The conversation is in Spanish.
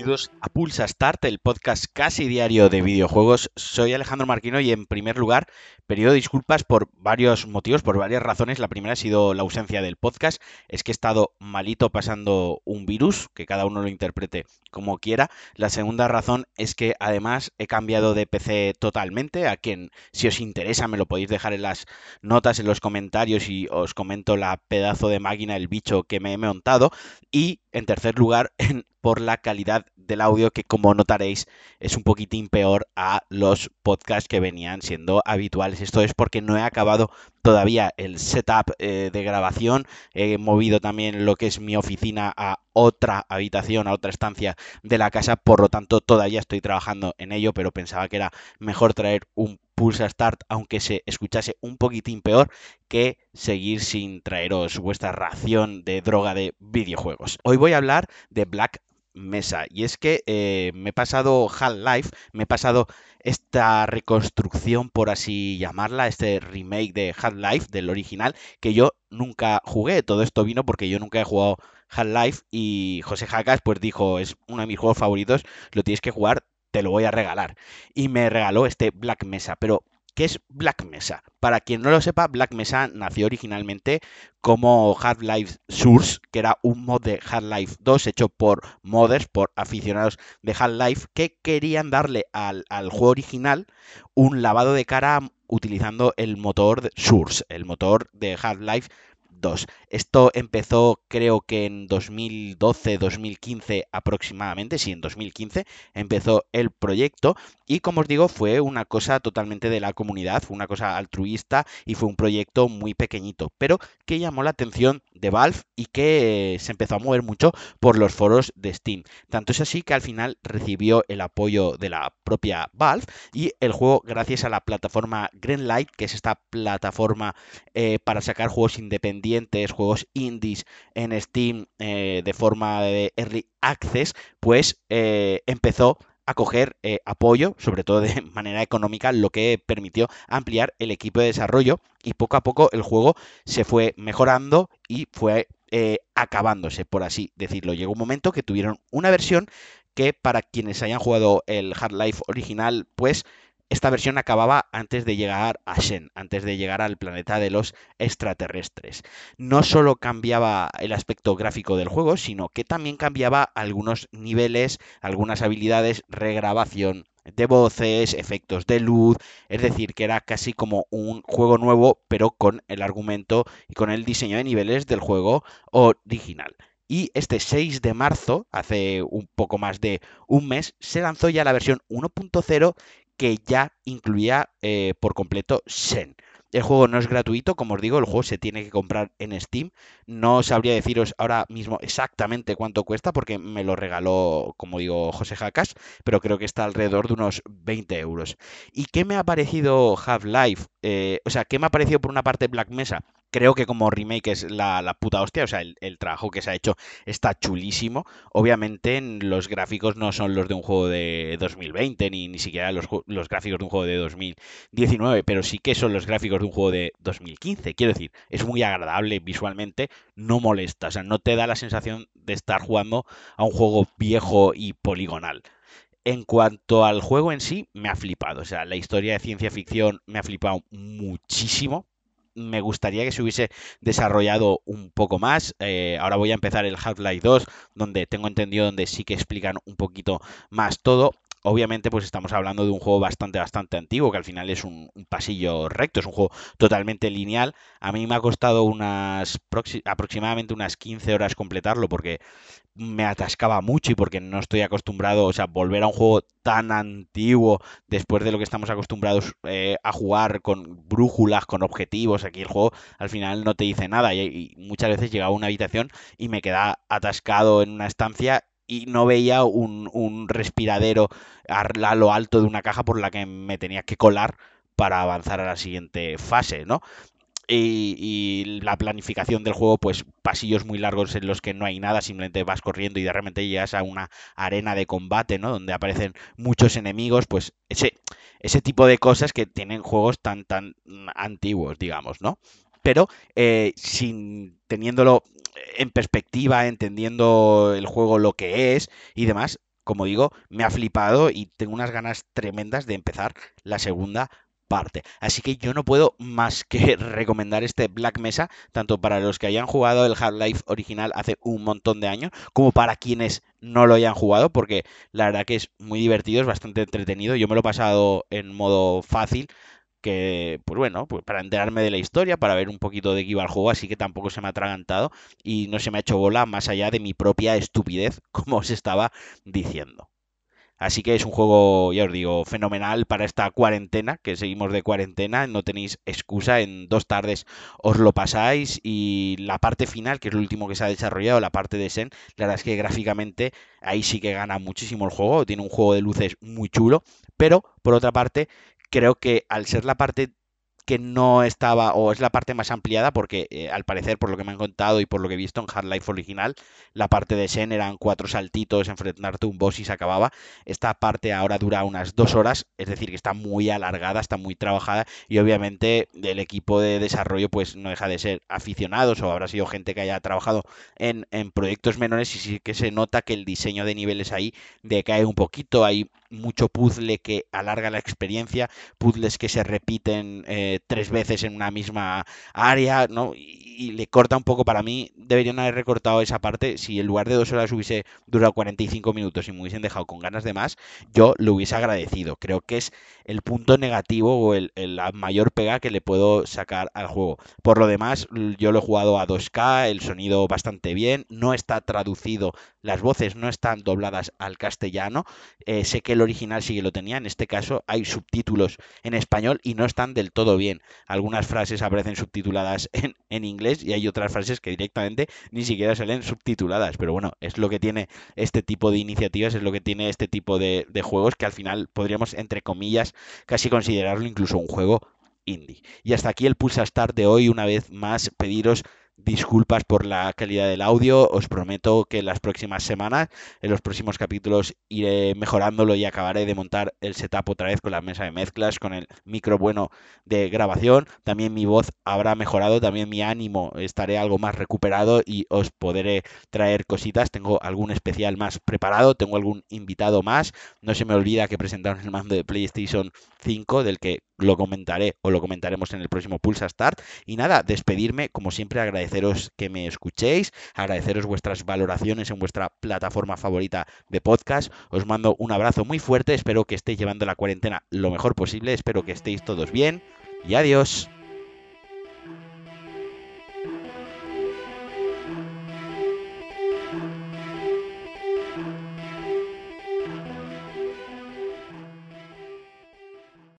bienvenidos a Pulsa Start, el podcast casi diario de videojuegos. Soy Alejandro Marquino y en primer lugar pido disculpas por varios motivos, por varias razones. La primera ha sido la ausencia del podcast, es que he estado malito pasando un virus, que cada uno lo interprete como quiera. La segunda razón es que además he cambiado de PC totalmente, a quien si os interesa me lo podéis dejar en las notas, en los comentarios y os comento la pedazo de máquina, el bicho que me he montado. Y en tercer lugar, por la calidad del audio que, como notaréis, es un poquitín peor a los podcasts que venían siendo habituales. Esto es porque no he acabado todavía el setup de grabación. He movido también lo que es mi oficina a otra habitación, a otra estancia de la casa. Por lo tanto, todavía estoy trabajando en ello, pero pensaba que era mejor traer un Pulsa Start, aunque se escuchase un poquitín peor, que seguir sin traeros vuestra ración de droga de videojuegos. Hoy voy a hablar de Black Mesa. Y es que me he pasado Half-Life, me he pasado esta reconstrucción, por así llamarla, este remake de Half-Life, del original, que yo nunca jugué. Todo esto vino porque yo nunca he jugado Half-Life y José Jacas pues dijo, es uno de mis juegos favoritos, lo tienes que jugar, te lo voy a regalar. Y me regaló este Black Mesa. Pero ¿qué es Black Mesa? Para quien no lo sepa, Black Mesa nació originalmente como Half-Life Source, que era un mod de Half-Life 2 hecho por modders, por aficionados de Half-Life, que querían darle al juego original un lavado de cara utilizando el motor de Source, el motor de Half-Life 2. Esto empezó creo que en 2012-2015 aproximadamente, sí, en 2015 empezó el proyecto y como os digo fue una cosa totalmente de la comunidad, fue una cosa altruista y fue un proyecto muy pequeñito, pero que llamó la atención de Valve y que se empezó a mover mucho por los foros de Steam. Tanto es así que al final recibió el apoyo de la propia Valve y el juego, gracias a la plataforma Greenlight, que es esta plataforma para sacar juegos independientes, juegos indies en Steam de forma de early access, pues empezó a coger apoyo, sobre todo de manera económica, lo que permitió ampliar el equipo de desarrollo y poco a poco el juego se fue mejorando y fue acabándose, por así decirlo. Llegó un momento que tuvieron una versión que para quienes hayan jugado el Half-Life original, pues esta versión acababa antes de llegar a Shen, antes de llegar al planeta de los extraterrestres. No solo cambiaba el aspecto gráfico del juego, sino que también cambiaba algunos niveles, algunas habilidades, regrabación de voces, efectos de luz, es decir, que era casi como un juego nuevo, pero con el argumento y con el diseño de niveles del juego original. Y este 6 de marzo, hace un poco más de un mes, se lanzó ya la versión 1.0 que ya incluía por completo Shen. El juego no es gratuito, como os digo, el juego se tiene que comprar en Steam. No sabría deciros ahora mismo exactamente cuánto cuesta porque me lo regaló, como digo, José Jacas, pero creo que está alrededor de unos 20 euros. ¿Y qué me ha parecido Half-Life? O sea, ¿qué me ha parecido por una parte Black Mesa? Creo que como remake es la puta hostia, o sea, el trabajo que se ha hecho está chulísimo. Obviamente los gráficos no son los de un juego de 2020, ni siquiera los gráficos de un juego de 2019, pero sí que son los gráficos de un juego de 2015. Quiero decir, es muy agradable visualmente, no molesta, o sea, no te da la sensación de estar jugando a un juego viejo y poligonal. En cuanto al juego en sí, me ha flipado. O sea, la historia de ciencia ficción me ha flipado muchísimo. Me gustaría que se hubiese desarrollado un poco más. Ahora voy a empezar el Half-Life 2, donde tengo entendido donde sí que explican un poquito más todo. Obviamente, pues estamos hablando de un juego bastante antiguo, que al final es un pasillo recto, es un juego totalmente lineal. A mí me ha costado aproximadamente unas 15 horas completarlo, porque me atascaba mucho y porque no estoy acostumbrado, o sea, volver a un juego tan antiguo después de lo que estamos acostumbrados a jugar con brújulas, con objetivos, aquí el juego al final no te dice nada y muchas veces llegaba a una habitación y me quedaba atascado en una estancia y no veía un respiradero a lo alto de una caja por la que me tenía que colar para avanzar a la siguiente fase, ¿no? Y la planificación del juego, pues pasillos muy largos en los que no hay nada, simplemente vas corriendo y de repente llegas a una arena de combate, ¿no? Donde aparecen muchos enemigos, pues ese tipo de cosas que tienen juegos tan antiguos, digamos, ¿no? Pero sin teniéndolo en perspectiva, entendiendo el juego lo que es y demás, como digo, me ha flipado y tengo unas ganas tremendas de empezar la segunda parte. Así que yo no puedo más que recomendar este Black Mesa, tanto para los que hayan jugado el Half-Life original hace un montón de años, como para quienes no lo hayan jugado, porque la verdad que es muy divertido, es bastante entretenido. Yo me lo he pasado en modo fácil, que, pues bueno, pues para enterarme de la historia, para ver un poquito de qué iba el juego, así que tampoco se me ha atragantado y no se me ha hecho bola más allá de mi propia estupidez, como os estaba diciendo. Así que es un juego, ya os digo, fenomenal para esta cuarentena, que seguimos de cuarentena, no tenéis excusa, en 2 tardes os lo pasáis y la parte final, que es lo último que se ha desarrollado, la parte de Sen, la verdad es que gráficamente ahí sí que gana muchísimo el juego, tiene un juego de luces muy chulo, pero por otra parte, creo que al ser la parte que no estaba, o es la parte más ampliada, porque al parecer, por lo que me han contado y por lo que he visto en Half-Life original, la parte de Sen eran 4 saltitos, enfrentarte a un boss y se acababa. Esta parte ahora dura unas 2 horas, es decir, que está muy alargada, está muy trabajada y obviamente el equipo de desarrollo pues no deja de ser aficionados o habrá sido gente que haya trabajado en proyectos menores y sí que se nota que el diseño de niveles ahí decae un poquito, hay mucho puzzle que alarga la experiencia, puzzles que se repiten 3 veces en una misma área, ¿no? Y le corta un poco para mí. Deberían haber recortado esa parte. Si en lugar de 2 horas hubiese durado 45 minutos y me hubiesen dejado con ganas de más, yo lo hubiese agradecido. Creo que es el punto negativo o la mayor pega que le puedo sacar al juego. Por lo demás, yo lo he jugado a 2K, el sonido bastante bien, no está traducido, las voces no están dobladas al castellano. Sé que el original sí que lo tenía, en este caso hay subtítulos en español y no están del todo bien. Algunas frases aparecen subtituladas en inglés y hay otras frases que directamente ni siquiera salen subtituladas. Pero bueno, es lo que tiene este tipo de iniciativas, es lo que tiene este tipo de juegos que al final podríamos, entre comillas, casi considerarlo incluso un juego indie. Y hasta aquí el Pulsa Start de hoy. Una vez más, pediros disculpas por la calidad del audio. Os prometo que en las próximas semanas, en los próximos capítulos, iré mejorándolo y acabaré de montar el setup otra vez con la mesa de mezclas, con el micro bueno de grabación. También mi voz habrá mejorado, también mi ánimo estaré algo más recuperado y os podré traer cositas. Tengo algún especial más preparado, tengo algún invitado más. No se me olvida que presentaron el mando de PlayStation 5, del que lo comentaré o lo comentaremos en el próximo Pulsa Start. Y nada, despedirme, como siempre, agradeceros que me escuchéis, agradeceros vuestras valoraciones en vuestra plataforma favorita de podcast. Os mando un abrazo muy fuerte, espero que estéis llevando la cuarentena lo mejor posible, espero que estéis todos bien y adiós.